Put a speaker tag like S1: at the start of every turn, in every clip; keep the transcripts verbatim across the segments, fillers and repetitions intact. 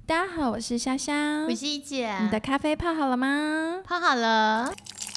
S1: 大家好，我是香香，
S2: 我是一姐。
S1: 你的咖啡泡好了吗？
S2: 泡好了。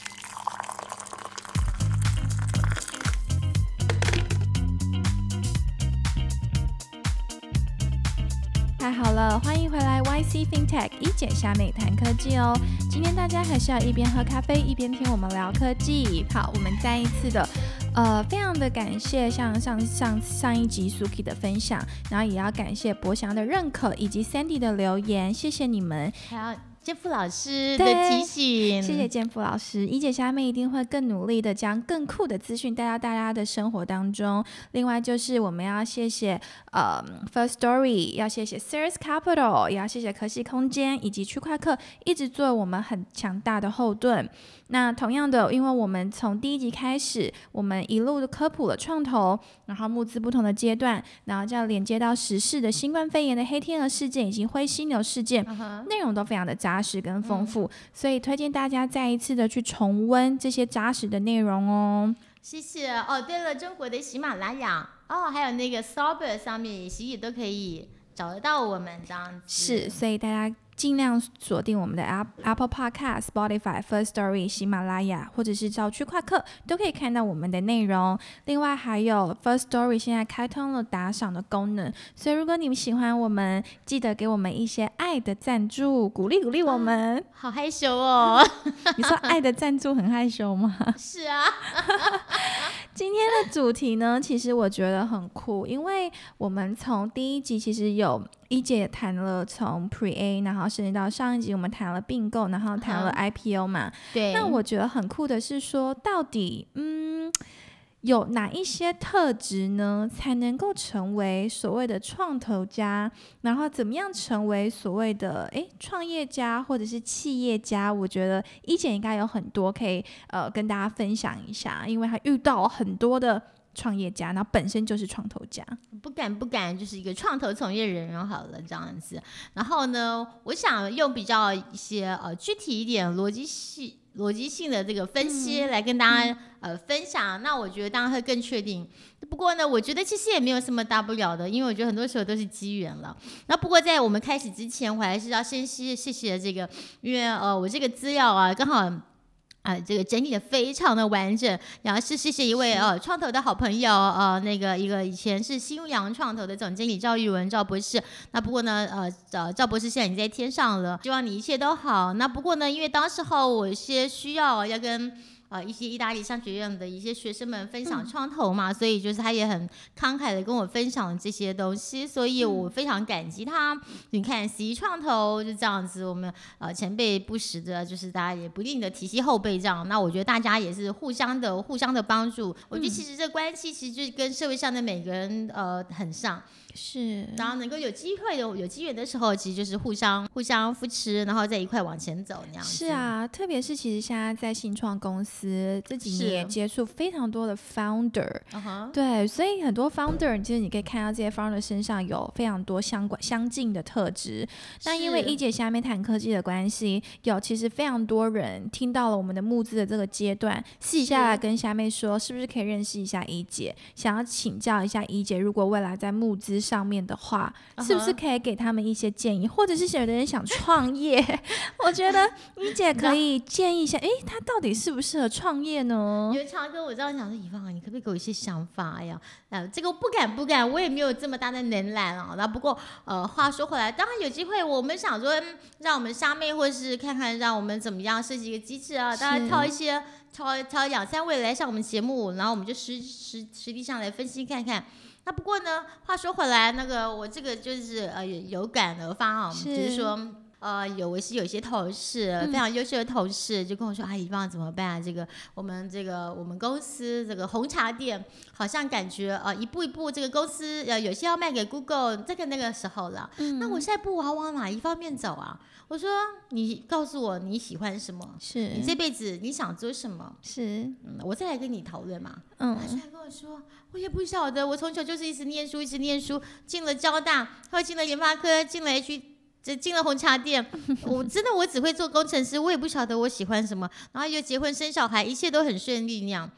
S1: 太好了，欢迎回来 Y C FinTech 一姐虾妹谈科技哦。今天大家还是要一边喝咖啡一边听我们聊科技。好，我们再一次的呃，非常的感谢像上上上一集 Suki 的分享，然后也要感谢博翔的认可以及 Sandy 的留言，谢谢你们。
S2: 还要建富老师的提醒，
S1: 谢谢建富老师。一姐虾妹一定会更努力的将更酷的资讯带到大家的生活当中。另外就是我们要谢谢呃 First Story， 要谢谢 Sears Capital， 也要谢谢科技空间以及区块客一直做我们很强大的后盾。那同样的，因为我们从第一集开始，我们一路的科普了创投，然后募资不同的阶段，然后这样连接到时事的新冠肺炎的黑天鹅事件以及灰犀牛事件， uh-huh. 内容都非常的扎实跟丰富、嗯、所以推荐大家再一次的去重温这些扎实的内容哦。
S2: 谢谢哦。对了，中国的喜马拉雅哦，还有那个 Sober 上面其实也都可以找得到我们这样子。
S1: 是，所以大家尽量锁定我们的 Apple Podcast、Spotify、First Story、喜马拉雅，或者是找区块客都可以看到我们的内容。另外还有 First Story 现在开通了打赏的功能，所以如果你们喜欢我们，记得给我们一些爱的赞助，鼓励鼓励我们、啊、
S2: 好害羞哦
S1: 你说爱的赞助很害羞吗？
S2: 是啊
S1: 今天的主题呢，其实我觉得很酷，因为我们从第一集其实有一姐也谈了从 Pre-A， 然后甚至到上一集我们谈了并购，然后谈了 I P O 嘛、嗯、
S2: 对。
S1: 那我觉得很酷的是说，到底嗯有哪一些特质呢，才能够成为所谓的创投家，然后怎么样成为所谓的诶创业家或者是企业家。我觉得一姐应该有很多可以呃跟大家分享一下，因为她遇到很多的创业家，然后本身就是创投家。
S2: 不敢不敢就是一个创投从业人员好了这样子。然后呢，我想用比较一些呃具体一点逻辑性逻辑性的这个分析来跟大家、嗯、呃分享。那我觉得当然会更确定。不过呢，我觉得其实也没有什么大不了的，因为我觉得很多时候都是机缘了。那不过在我们开始之前，我还是要先谢谢谢这个，因为呃我这个资料啊刚好啊、呃，这个整理的非常的完整，然后是谢谢一位呃创投的好朋友，呃，那个一个以前是新阳创投的总经理赵玉文赵博士。那不过呢，呃呃赵博士现在已经在天上了，希望你一切都好。那不过呢，因为当时候我有些需要要跟呃，一些意大利商学院的一些学生们分享创投嘛、嗯、所以就是他也很慷慨的跟我分享这些东西，所以我非常感激他、嗯、你看十一创投就这样子，我们呃前辈不时的就是大家也不吝的提携后辈这样，那我觉得大家也是互相的互相的帮助、嗯、我觉得其实这关系其实就是跟社会上的每个人呃很像，
S1: 是，
S2: 然后能够有机会的有机缘的时候，其实就是互相互相扶持，然后再一块往前走那样子。
S1: 是啊，特别是其实现在在新创公司这几年也接触非常多的 founder、uh-huh. 对，所以很多 founder 其实你可以看到这些 founder 身上有非常多相关相近的特质。那因为一姐下面谈科技的关系，有其实非常多人听到了我们的募资的这个阶段，私底下来跟虾妹说是不是可以认识一下一姐，想要请教一下一姐，如果未来在募资上面的话、uh-huh. 是不是可以给他们一些建议，或者是有的人想创业我觉得一姐可以建议一下，诶，他到底适不适合创业呢？
S2: 有常跟我这样讲说，以芳啊，你可不可以给我一些想法呀？呃，这个我不敢不敢，我也没有这么大的能耐啊。那不过呃，话说回来，当然有机会，我们想说，嗯、让我们虾妹或是看看，让我们怎么样设计一个机制啊，大家挑一些挑挑两三位来上我们节目，然后我们就实实实际上来分析看看。那不过呢，话说回来，那个我这个就是呃有感而发啊，是就是说。呃，有我是有些同事、嗯、非常优秀的同事就跟我说，哎，以芳怎么办啊？这个我们这个我们公司这个红茶店好像感觉呃一步一步这个公司呃有些要卖给 Google， 这个那个时候了、嗯。那我下一步我要往哪一方面走啊？我说你告诉我你喜欢什么，
S1: 是
S2: 你这辈子你想做什么，
S1: 是、
S2: 嗯、我再来跟你讨论嘛。
S1: 嗯，
S2: 他就跟我说，我也不晓得，我从小就是一直念书一直念书，进了交大，后来进了联发科，进了 H。这进了红茶店，我真的我只会做工程师，我也不晓得我喜欢什么，然后又结婚生小孩，一切都很顺利那样。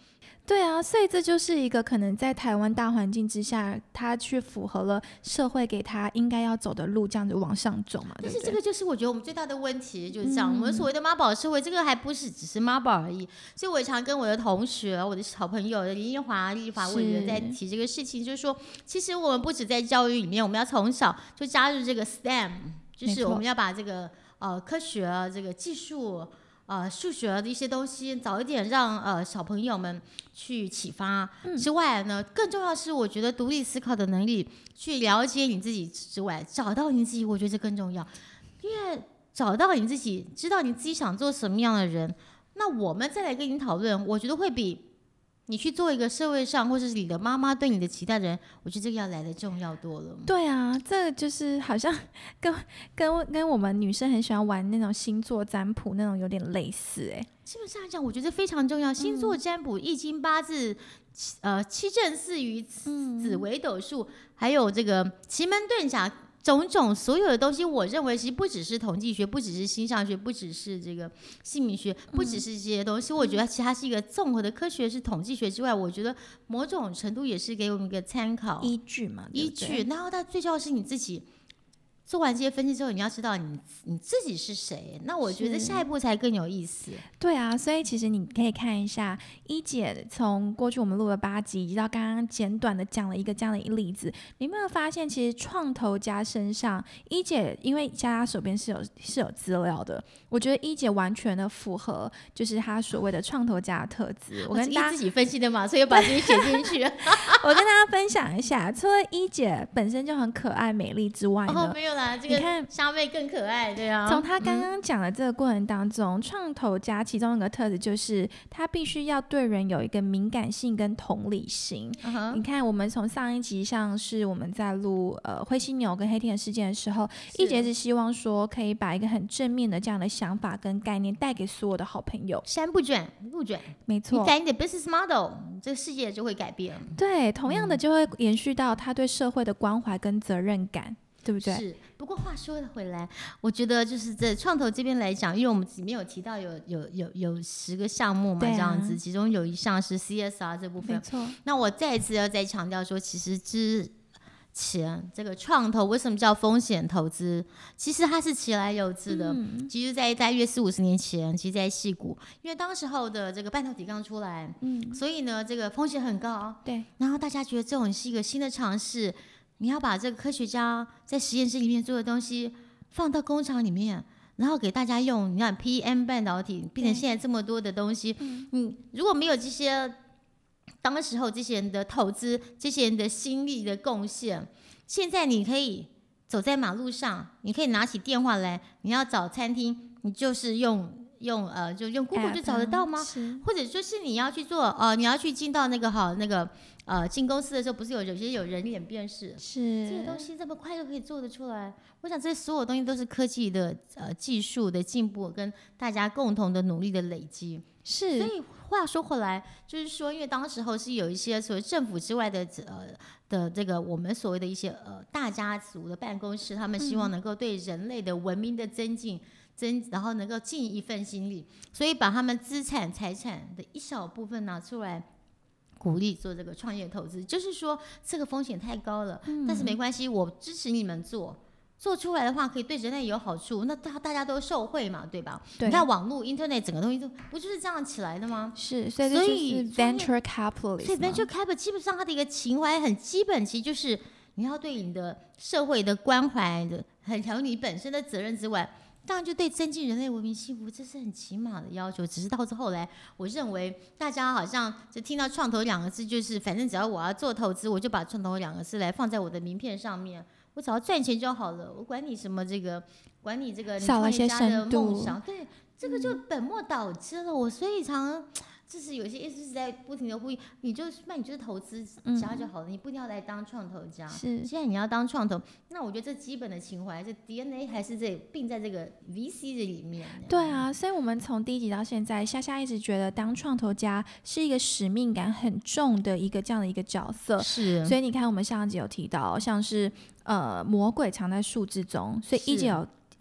S1: 对啊，所以这就是一个可能在台湾大环境之下，他去符合了社会给他应该要走的路，这样子往上走嘛。
S2: 但是这个就是我觉得我们最大的问题就是这样，嗯、我们所谓的妈宝社会，这个还不是只是妈宝而已。所以我也常跟我的同学、我的好朋友林奕华、立法委员在提这个事情，就是说，其实我们不止在教育里面，我们要从小就加入这个 S T E M， 就是我们要把这个呃科学、这个技术。呃，数学的一些东西，早一点让呃小朋友们去启发、嗯、之外呢，更重要是我觉得独立思考的能力，去了解你自己之外，找到你自己，我觉得这更重要。因为找到你自己，知道你自己想做什么样的人，那我们再来跟你讨论，我觉得会比你去做一个社会上或者是你的妈妈对你的期待的人，我觉得这个要来的重要多了。
S1: 对啊，这就是好像跟跟跟我们女生很喜欢玩那种星座占卜那种有点类似哎、欸。
S2: 基本上来讲，我觉得非常重要。星座占卜、易经、八字、呃七正四余、紫微斗数，还有这个奇门遁甲。种种所有的东西，我认为其实不只是统计学，不只是星象学，不只是这个姓名学，不只是这些东西。嗯、我觉得其实它是一个综合的科学，是统计学之外，我觉得某种程度也是给我们一个参考
S1: 依据嘛，
S2: 依据。然后它最重要的是你自己做完这些分析之后，你要知道你你自己是谁。那我觉得下一步才更有意思。
S1: 对啊，所以其实你可以看一下一姐从过去我们录了八集，一直到刚刚简短的讲了一个这样的一个例子，你有没有发现，其实创投家身上，一姐因为佳佳手边是有是有资料的，我觉得一姐完全的符合，就是她所谓的创投家的特质。我跟大家
S2: 自己分析的嘛，所以把自己写进去。
S1: 我跟大家分享一下，除了一姐本身就很可爱美丽之外呢，
S2: 哦，没有啦，这个虾妹更可爱，对啊。
S1: 从她刚刚讲的这个过程当中，创、嗯、投家其中一个特质就是他必须要对人有一个敏感性跟同理心。Uh-huh. 你看，我们从上一集像是我们在录呃灰犀牛跟黑天鹅事件的时候，一姐是希望说可以把一个很正面的这样的想法跟概念带给所有的好朋友。
S2: 山不卷路卷，
S1: 没错，
S2: 你改你的 business model， 这个世界就会改变。
S1: 对，同样的就会延续到他对社会的关怀跟责任感。对不对？
S2: 是。不过话说回来，我觉得就是在创投这边来讲，因为我们里面有提到有有有有十个项目嘛，这样子，其中有一项是 C S R 这部分。
S1: 没错。
S2: 那我再一次要再强调说，其实之前这个创投为什么叫风险投资？其实它是其来有自的。嗯、其实在大约四五十年前，其实在矽谷，因为当时候的这个半导体刚出来，嗯，所以呢，这个风险很高。
S1: 对。
S2: 然后大家觉得这种是一个新的尝试。你要把这个科学家在实验室里面做的东西放到工厂里面，然后给大家用。你看 P M 半导体变成现在这么多的东西，嗯，如果没有这些当时候这些人的投资、这些人的心力的贡献，现在你可以走在马路上，你可以拿起电话来，你要找餐厅，你就是用。用呃，就用 Google 就找得到吗？或者说是你要去做呃，你要去进到那个好那个呃进公司的时候，不是有有些有人脸辨识？
S1: 是
S2: 这个东西这么快就可以做得出来。我想这所有东西都是科技的呃技术的进步跟大家共同的努力的累积。
S1: 是，
S2: 所以话说回来，就是说，因为当时候是有一些所谓政府之外的呃的这个我们所谓的一些呃大家族的办公室，他们希望能够对人类的文明的增进。增，然后能够尽一份心力，所以把他们资产财产的一小部分拿出来，鼓励做这个创业投资。就是说，这个风险太高了，嗯、但是没关系，我支持你们做，做出来的话可以对人类有好处，那大大家都受惠嘛，对吧？
S1: 对。
S2: 你看网络 Internet 整个东西都不就是这样起来的吗？
S1: 是，所以这就是 venture capitalist。
S2: 所以 venture capital 基本上它的一个情怀很基本，其实就是你要对你的社会的关怀的，还有你本身的责任之外。当然，就对增进人类文明幸福，这是很起码的要求。只是到后来，我认为大家好像就听到“创投”两个字，就是反正只要我要做投资，我就把“创投”两个字来放在我的名片上面。我只要赚钱就好了，我管你什么这个，管你这个你创业家的梦想，对，这个就本末倒置了。我所以常。就是有些意思是在不停的呼吁，你就那你就是投资家就好了，嗯、你不一定要来当创投家。
S1: 是，
S2: 现在你要当创投，那我觉得这基本的情怀，这 D N A 还是这并在这个 V C 的里面。
S1: 对啊，所以我们从第一集到现在，夏夏一直觉得当创投家是一个使命感很重的一个这样的一个角色。
S2: 是，
S1: 所以你看，我们上一集有提到，像是呃魔鬼藏在数字中，所以一直有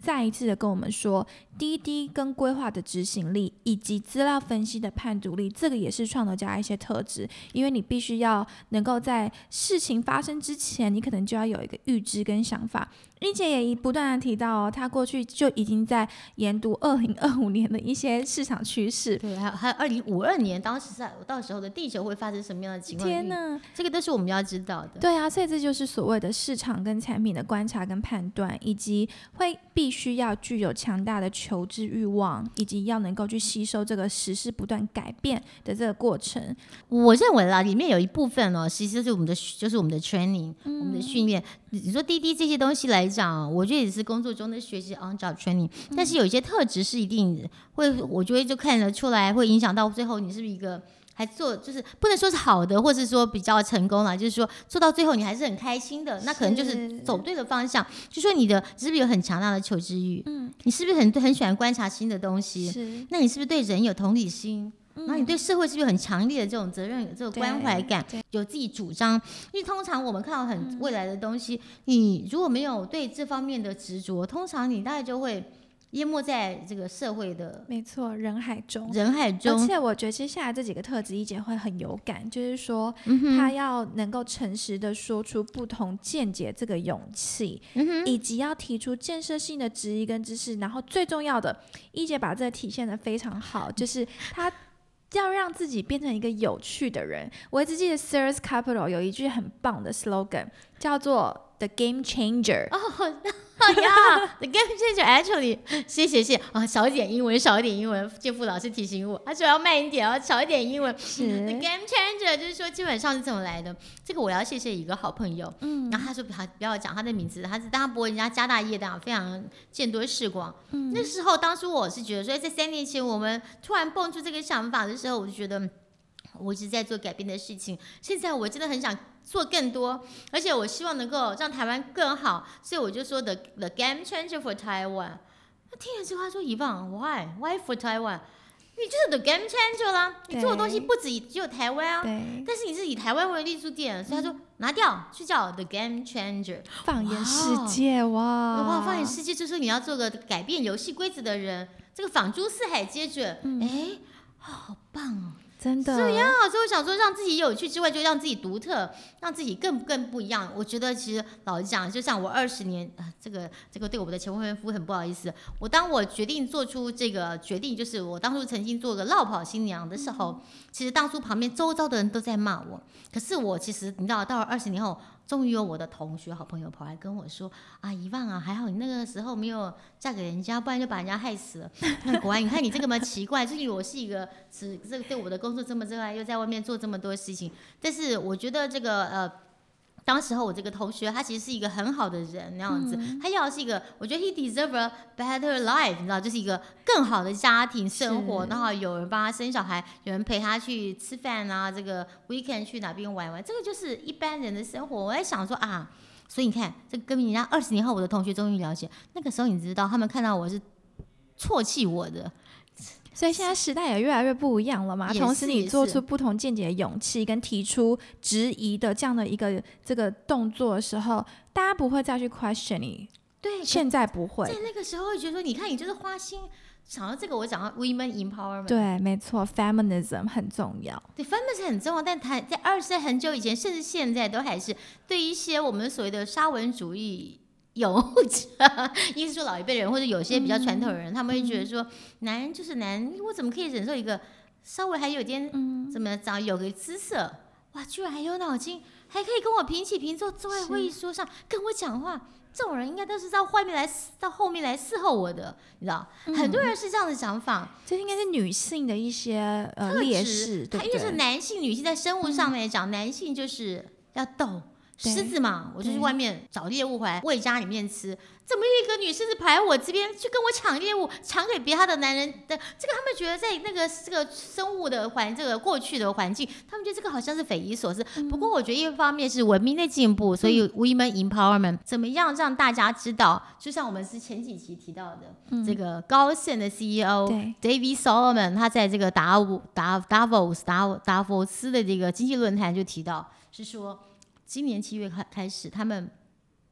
S1: 再一次的跟我们说，滴滴跟规划的执行力以及资料分析的判读力，这个也是创投家一些特质，因为你必须要能够在事情发生之前，你可能就要有一个预知跟想法。一姐也不断的提到、哦、她过去就已经在研读二零二五年的一些市场趋势，
S2: 对，还有还有二零五二年，当时在到时候的地球会发生什么样的情况？
S1: 天哪，
S2: 这个都是我们要知道的。
S1: 对啊，所以这就是所谓的市场跟产品的观察跟判断，以及会必须要具有强大的求知欲望，以及要能够去吸收这个时事不断改变的这个过程。
S2: 我认为啦，里面有一部分哦，其实就是我们的就是我们的 training、嗯、我们的训练。你说滴滴这些东西来讲，我觉得也是工作中的学习 on job training、嗯、但是有一些特质是一定会，我觉得就看得出来，会影响到最后你是不是一个还做，就是不能说是好的，或是说比较成功了，就是说做到最后你还是很开心的，那可能就是走对了方向。就说你的是不是有很强大的求知欲？嗯，你是不是很很喜欢观察新的东西？是，那你是不是对人有同理心？然后你对社会是不是有很强烈的这种责任、这种关怀感，有自己主张？因为通常我们看到很未来的东西、嗯、你如果没有对这方面的执着，通常你大概就会淹没在这个社会的
S1: 没错人海中
S2: 人海中。
S1: 而且我觉得接下来这几个特质一姐会很有感，就是说、嗯、她要能够诚实的说出不同见解这个勇气、嗯、以及要提出建设性的质疑跟知识。然后最重要的，一姐把这个体现得非常好，就是她要让自己变成一个有趣的人。我一直记得 Sears Capital 有一句很棒的 slogan 叫做 The Game Changer。
S2: 哦呀，The Game Changer actually 谢谢谢啊，少一点英文少一点英文，建富老师提醒我，他说要慢一点，要少一点英文。是 The Game Changer 就是说基本上是怎么来的，这个我要谢谢一个好朋友，嗯，然后他说不要讲他的名字，他是当他博人家家大业大，非常见多识广、嗯、那时候当初我是觉得说在三年前我们突然蹦出这个想法的时候，我就觉得我一直在做改变的事情，现在我真的很想做更多，而且我希望能够让台湾更好，所以我就说 the, the game changer for Taiwan。 那听了这话说以往 why why for Taiwan， 你就是 the game changer 啦，你做的东西不止只有台湾啊，但是你是以台湾为立足点，所以他说、嗯、拿掉去叫 the game changer，
S1: 放眼世界。哇
S2: 哇，放眼世界就是你要做个改变游戏规则的人，这个放诸四海皆准。哎、嗯，好棒哦，
S1: 真的。
S2: 对呀，所以我想说，让自己有趣之外，就让自己独特，让自己更更不一样。我觉得其实老实讲，就像我二十年，啊、这个这个对我的前未婚夫很不好意思。我当我决定做出这个决定，就是我当初曾经做个落跑新娘的时候，嗯、其实当初旁边周遭的人都在骂我，可是我其实你知道，到了二十年后。终于有我的同学好朋友跑来跟我说啊，遗忘啊，还好你那个时候没有嫁给人家，不然就把人家害死了。那果然你看你这个么奇怪，就是我是一个只这个对我的工作这么热爱，又在外面做这么多事情，但是我觉得这个呃当时候我这个同学他其实是一个很好的人那样子、嗯、他要的是一个我觉得 he deserve a better life， 你知道，就是一个更好的家庭生活，然后有人帮他生小孩，有人陪他去吃饭啊，这个 weekend 去哪边玩玩，这个就是一般人的生活。我在想说啊，所以你看这个跟人家二十年后我的同学终于了解，那个时候你知道他们看到我是唾弃我的，
S1: 所以现在时代也越来越不一样了嘛，同时你做出不同见解的勇气跟提出质疑的这样的一个这个动作的时候，大家不会再去 question 你。
S2: 对，
S1: 现在不会。
S2: 在那个时候会觉得说，你看你就是花心。想到这个，我讲到 women empowerment。
S1: 对，没错 ，feminism 很重要。
S2: 对 ，feminism 很重要，但它在二十世纪很久以前，甚至现在都还是对一些我们所谓的沙文主义拥护者，应该是说老一辈人或者有些比较传统的人、嗯，他们会觉得说，男人就是男人，我怎么可以忍受一个稍微还有点、嗯、怎么讲有个姿色，哇，居然还有脑筋，还可以跟我平起平坐，坐在会议桌上跟我讲话。这种人应该都是到外面来，到后面来伺候我的，你知道、嗯？很多人是这样的想法，
S1: 这应该是女性的一些呃劣势，对不对？
S2: 还有是男性、女性在生物上面来讲、嗯，男性就是要斗。狮子嘛，我就去外面找猎物回来喂家里面吃。怎么一个女狮子跑来我这边去跟我抢猎物，抢给别他的男人的？这个他们觉得在那个这个生物的环，这个过去的环境，他们觉得这个好像是匪夷所思。嗯、不过我觉得一方面是文明的进步，所以 women empowerment 怎么样让大家知道？就像我们是前几期提到的，嗯、这个高盛的 C E O David Solomon， 他在这个达达达沃斯达达沃斯的这个经济论坛就提到，是说。今年七月开开始，他们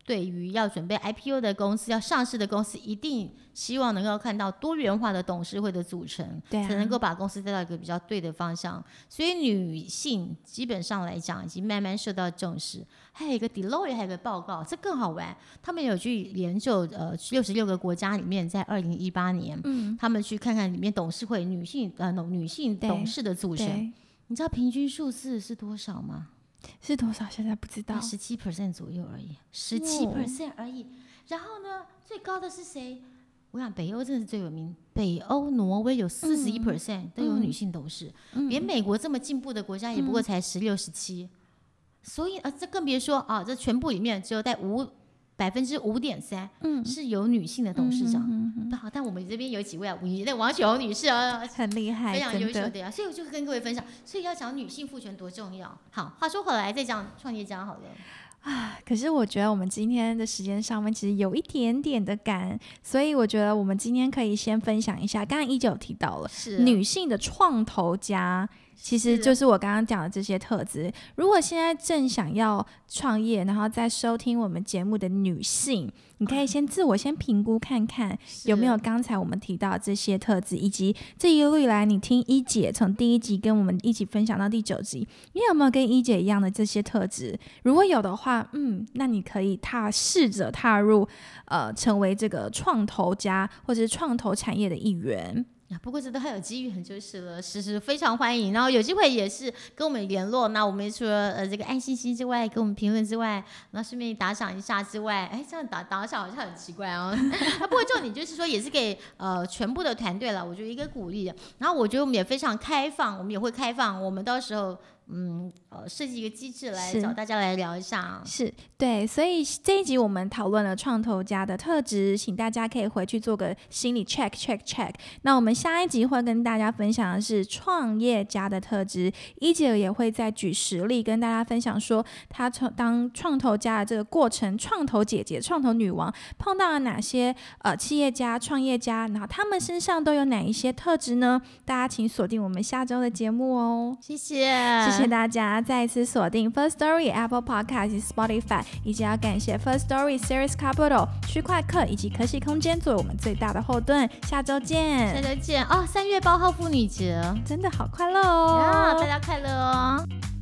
S2: 对于要准备 I P O 的公司，要上市的公司，一定希望能够看到多元化的董事会的组成，
S1: 对啊，
S2: 才能够把公司带到一个比较对的方向。所以女性基本上来讲已经慢慢受到重视。还有一个 Deloitte 还有一个报告，这更好玩，他们有去研究呃六十六个国家里面，在二零一八年、嗯、他们去看看里面董事会女性呃女性董事的组成，你知道平均数字是多少吗？
S1: 是多少？现在不知道，
S2: 十七 percent 左右而已，十七 percent 而已。然后呢，最高的是谁？我想北欧真的是最有名，北欧挪威有四十一 percent 都有女性董事，嗯、连美国这么进步的国家也不过才十六十七，所以呃，这更别说啊，这全部里面只有在五。百分之五点三是有女性的董事长，嗯嗯嗯、好，但我们这边有几位啊，那王雪红女士啊，
S1: 很厉害，
S2: 非常优秀的呀，所以我就跟各位分享，所以要讲女性赋权多重要。好，话说回来，再讲创业家好了。
S1: 啊，可是我觉得我们今天的时间上面其实有一点点的赶，所以我觉得我们今天可以先分享一下，刚刚一九有提到了
S2: 是
S1: 女性的创投家。其实就是我刚刚讲的这些特质。如果现在正想要创业，然后在收听我们节目的女性，你可以先自我先评估看看有没有刚才我们提到的这些特质，以及这一路以来你听一姐从第一集跟我们一起分享到第九集，你有没有跟一姐一样的这些特质？如果有的话，嗯，那你可以踏试着踏入呃成为这个创投家或者是创投产业的一员。
S2: 不过这都还有机遇，很就是了，时时非常欢迎。然后有机会也是跟我们联络。那我们除了呃这个按信息之外，给我们评论之外，那顺便打赏一下之外，哎，这样打打赏好像很奇怪哦。不过重点就是说，也是给呃全部的团队了，我觉得一个鼓励。然后我觉得我们也非常开放，我们也会开放，我们到时候。嗯，呃，设计一个机制来找大家来聊一下，
S1: 是对，所以这一集我们讨论了创投家的特质，请大家可以回去做个心理 check check check。那我们下一集会跟大家分享的是创业家的特质，一姐也会再举实例跟大家分享说，她当创投家的这个过程，创投姐姐、创投女王碰到了哪些呃企业家、创业家，然后他们身上都有哪一些特质呢？大家请锁定我们下周的节目哦，
S2: 谢谢。
S1: 谢谢大家再一次锁定 First Story、Apple Podcast、Spotify， 以及要感谢 First Story、Series Capital、区块客以及可喜空间作为我们最大的后盾。下周见，
S2: 下周见哦！三月八号妇女节，
S1: 真的好快乐哦！
S2: 呀，大家快乐哦！